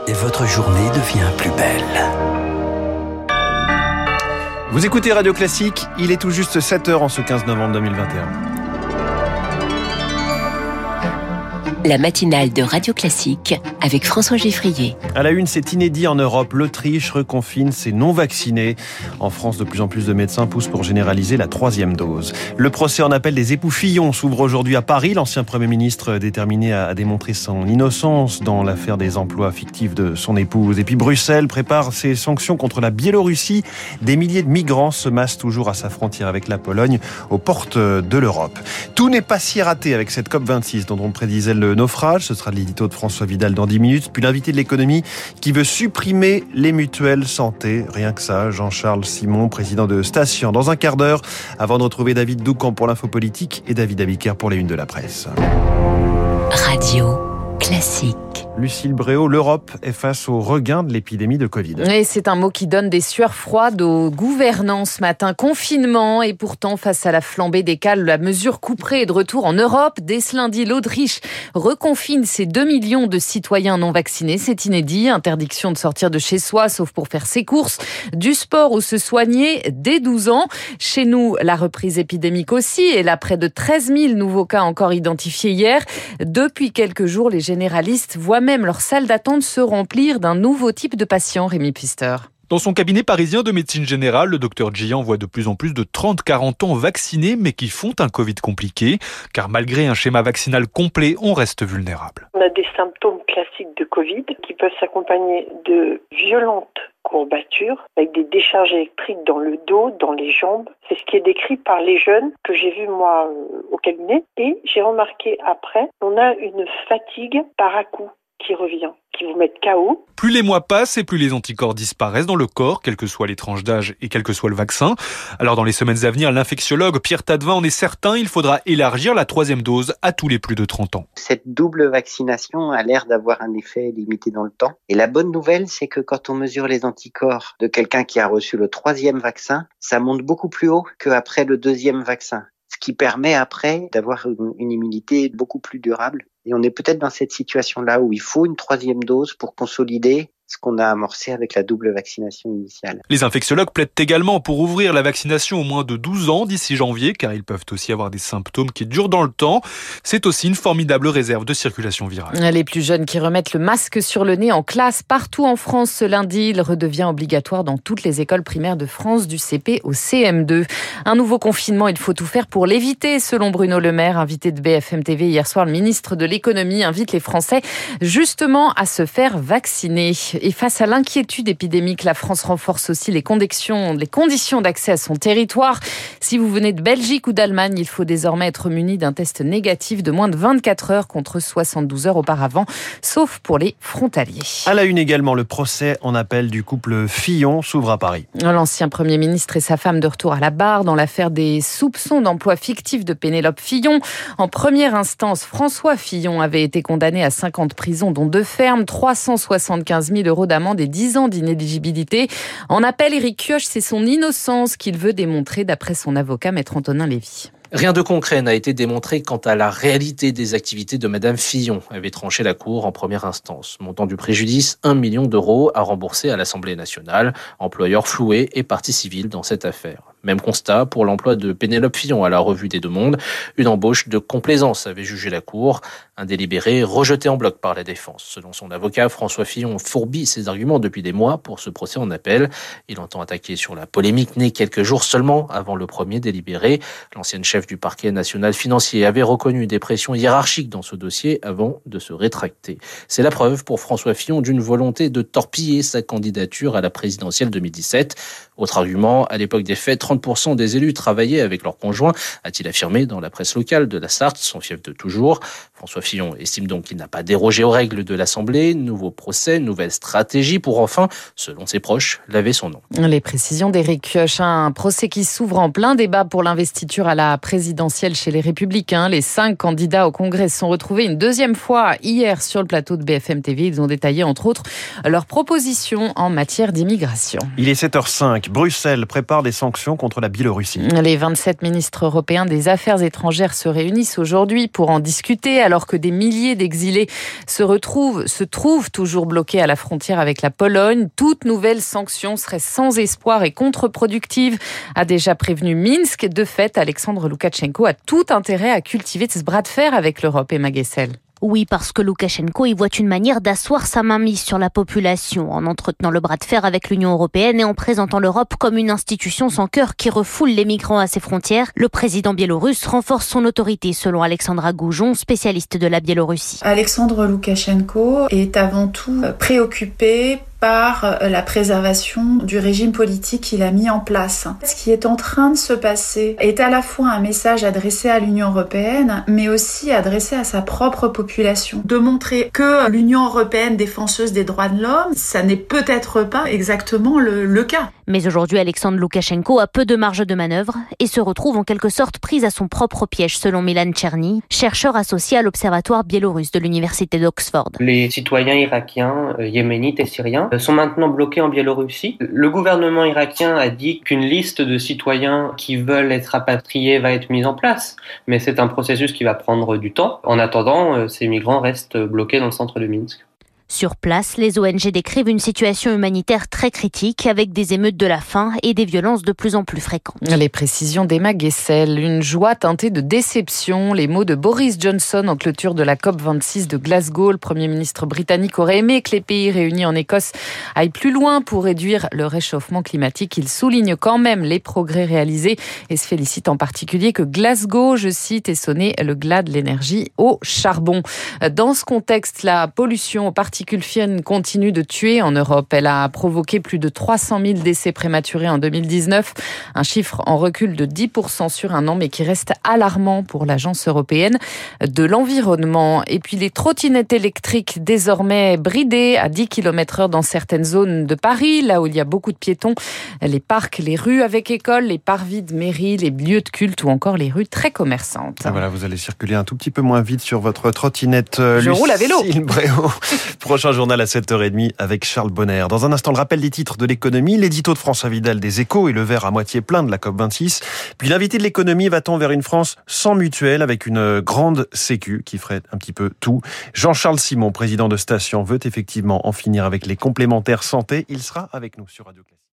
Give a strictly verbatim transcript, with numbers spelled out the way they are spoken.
et votre journée devient plus belle. Vous écoutez Radio Classique, il est tout juste sept heures en ce quinze novembre deux mille vingt et un. La matinale de Radio Classique avec François Geffrier. À la une, c'est inédit en Europe. L'Autriche reconfine ses non-vaccinés. En France, de plus en plus de médecins poussent pour généraliser la troisième dose. Le procès en appel des époux Fillon s'ouvre aujourd'hui à Paris. L'ancien Premier ministre déterminé à démontrer son innocence dans l'affaire des emplois fictifs de son épouse. Et puis Bruxelles prépare ses sanctions contre la Biélorussie. Des milliers de migrants se massent toujours à sa frontière avec la Pologne, aux portes de l'Europe. Tout n'est pas si raté avec cette COP vingt-six dont on prédisait le naufrage. Ce sera l'édito de François Vidal dans dix minutes. Puis l'invité de l'économie qui veut supprimer les mutuelles santé. Rien que ça, Jean-Charles Simon, président de Station. Dans un quart d'heure, avant de retrouver David Doucan pour l'info politique et David Abiker pour les unes de la presse. Radio Classique. Lucille Bréau, l'Europe est face au regain de l'épidémie de Covid. Et c'est un mot qui donne des sueurs froides aux gouvernants ce matin. Confinement et pourtant face à la flambée des cas, la mesure couperée est de retour en Europe. Dès ce lundi, l'Autriche reconfine ses deux millions de citoyens non vaccinés. C'est inédit. Interdiction de sortir de chez soi sauf pour faire ses courses, du sport ou se soigner dès douze ans. Chez nous, la reprise épidémique aussi. Et là, près de treize mille nouveaux cas encore identifiés hier. Depuis quelques jours, les généralistes voient même leur salle d'attente se remplir d'un nouveau type de patient, Rémi Pister. Dans son cabinet parisien de médecine générale, le docteur Gian voit de plus en plus de trente à quarante ans vaccinés, mais qui font un Covid compliqué, car malgré un schéma vaccinal complet, on reste vulnérable. On a des symptômes classiques de Covid qui peuvent s'accompagner de violentes courbatures avec des décharges électriques dans le dos, dans les jambes. C'est ce qui est décrit par les jeunes que j'ai vus moi au cabinet. Et j'ai remarqué après, on a une fatigue par à-coup qui revient, qui vous met K O. Plus les mois passent et plus les anticorps disparaissent dans le corps, quelle que soit les tranches d'âge et quel que soit le vaccin. Alors dans les semaines à venir, l'infectiologue Pierre Tadevin en est certain, il faudra élargir la troisième dose à tous les plus de trente ans. Cette double vaccination a l'air d'avoir un effet limité dans le temps. Et la bonne nouvelle, c'est que quand on mesure les anticorps de quelqu'un qui a reçu le troisième vaccin, ça monte beaucoup plus haut qu'après le deuxième vaccin. Ce qui permet après d'avoir une, une immunité beaucoup plus durable. Et on est peut-être dans cette situation-là où il faut une troisième dose pour consolider ce qu'on a amorcé avec la double vaccination initiale. Les infectiologues plaident également pour ouvrir la vaccination aux moins de douze ans d'ici janvier, car ils peuvent aussi avoir des symptômes qui durent dans le temps. C'est aussi une formidable réserve de circulation virale. Les plus jeunes qui remettent le masque sur le nez en classe partout en France ce lundi. Il redevient obligatoire dans toutes les écoles primaires de France, du C P au C M deux. Un nouveau confinement, il faut tout faire pour l'éviter, selon Bruno Le Maire, invité de B F M T V hier soir. Le ministre de l'économie invite les Français justement à se faire vacciner. Et face à l'inquiétude épidémique, la France renforce aussi les conditions, les conditions d'accès à son territoire. Si vous venez de Belgique ou d'Allemagne, il faut désormais être muni d'un test négatif de moins de vingt-quatre heures contre soixante-douze heures auparavant, sauf pour les frontaliers. À la une également, le procès en appel du couple Fillon s'ouvre à Paris. L'ancien Premier ministre et sa femme de retour à la barre dans l'affaire des soupçons d'emploi fictif de Pénélope Fillon. En première instance, François Fillon avait été condamné à cinq ans de prison, dont deux fermes, trois cent soixante-quinze mille euros d'amende et dix ans d'inéligibilité. En appel, Éric Kioch, c'est son innocence qu'il veut démontrer d'après son avocat, maître Antonin Lévy. Rien de concret n'a été démontré quant à la réalité des activités de Madame Fillon, avait tranché la Cour en première instance. Montant du préjudice, un million d'euros à rembourser à l'Assemblée nationale. Employeur floué et partie civile dans cette affaire. Même constat pour l'emploi de Pénélope Fillon à la Revue des Deux Mondes. Une embauche de complaisance avait jugé la Cour. Un délibéré rejeté en bloc par la défense. Selon son avocat, François Fillon fourbit ses arguments depuis des mois pour ce procès en appel. Il entend attaquer sur la polémique née quelques jours seulement avant le premier délibéré. L'ancienne chef du parquet national financier avait reconnu des pressions hiérarchiques dans ce dossier avant de se rétracter. C'est la preuve pour François Fillon d'une volonté de torpiller sa candidature à la présidentielle deux mille dix-sept. Autre argument, à l'époque des faits, trente pour cent des élus travaillaient avec leurs conjoints, a-t-il affirmé dans la presse locale de la Sarthe, son fief de toujours. François Fillon estime donc qu'il n'a pas dérogé aux règles de l'Assemblée. Nouveau procès, nouvelle stratégie pour enfin, selon ses proches, laver son nom. Les précisions d'Éric Kioch, un procès qui s'ouvre en plein débat pour l'investiture à la présidentielle chez les Républicains. Les cinq candidats au Congrès se sont retrouvés une deuxième fois hier sur le plateau de B F M T V. Ils ont détaillé entre autres leurs propositions en matière d'immigration. Il est sept heures cinq. Bruxelles prépare des sanctions contre contre la Biélorussie. Les vingt-sept ministres européens des Affaires étrangères se réunissent aujourd'hui pour en discuter, alors que des milliers d'exilés se retrouvent, se trouvent toujours bloqués à la frontière avec la Pologne. Toute nouvelle sanction serait sans espoir et contre-productive, a déjà prévenu Minsk. De fait, Alexandre Loukachenko a tout intérêt à cultiver ce bras de fer avec l'Europe. Emma Guessel. Oui, parce que Loukachenko y voit une manière d'asseoir sa mainmise sur la population, en entretenant le bras de fer avec l'Union européenne et en présentant l'Europe comme une institution sans cœur qui refoule les migrants à ses frontières. Le président biélorusse renforce son autorité, selon Alexandra Goujon, spécialiste de la Biélorussie. Alexandre Loukachenko est avant tout préoccupé par la préservation du régime politique qu'il a mis en place. Ce qui est en train de se passer est à la fois un message adressé à l'Union européenne, mais aussi adressé à sa propre population. De montrer que l'Union européenne défenseuse des droits de l'homme, ça n'est peut-être pas exactement le, le cas. Mais aujourd'hui, Alexandre Loukachenko a peu de marge de manœuvre et se retrouve en quelque sorte prise à son propre piège, selon Milan Tcherny, chercheur associé à l'Observatoire biélorusse de l'Université d'Oxford. Les citoyens irakiens, yéménites et syriens sont maintenant bloqués en Biélorussie. Le gouvernement irakien a dit qu'une liste de citoyens qui veulent être rapatriés va être mise en place, mais c'est un processus qui va prendre du temps. En attendant, ces migrants restent bloqués dans le centre de Minsk. Sur place, les O N G décrivent une situation humanitaire très critique avec des émeutes de la faim et des violences de plus en plus fréquentes. Les précisions d'Emma Guessel, une joie teintée de déception. Les mots de Boris Johnson en clôture de la COP vingt-six de Glasgow. Le Premier ministre britannique aurait aimé que les pays réunis en Écosse aillent plus loin pour réduire le réchauffement climatique. Il souligne quand même les progrès réalisés et se félicite en particulier que Glasgow, je cite, ait sonné le glas de l'énergie au charbon. Dans ce contexte, la pollution aux particules fines continue de tuer en Europe. Elle a provoqué plus de trois cent mille décès prématurés en deux mille dix-neuf, un chiffre en recul de dix pour cent sur un an, mais qui reste alarmant pour l'Agence européenne de l'environnement. Et puis les trottinettes électriques désormais bridées à dix kilomètres heure dans certaines zones de Paris, là où il y a beaucoup de piétons, les parcs, les rues avec écoles, les parvis de mairie, les lieux de culte ou encore les rues très commerçantes. Ah voilà, vous allez circuler un tout petit peu moins vite sur votre trottinette. Je Lucille roule à vélo. Bréau. Prochain journal à sept heures trente avec Charles Bonner. Dans un instant, le rappel des titres de l'économie, l'édito de François Vidal des Échos et le verre à moitié plein de la COP vingt-six. Puis l'invité de l'économie, va-t-on vers une France sans mutuelle avec une grande sécu qui ferait un petit peu tout. Jean-Charles Simon, président de Station, veut effectivement en finir avec les complémentaires santé. Il sera avec nous sur Radio Classique.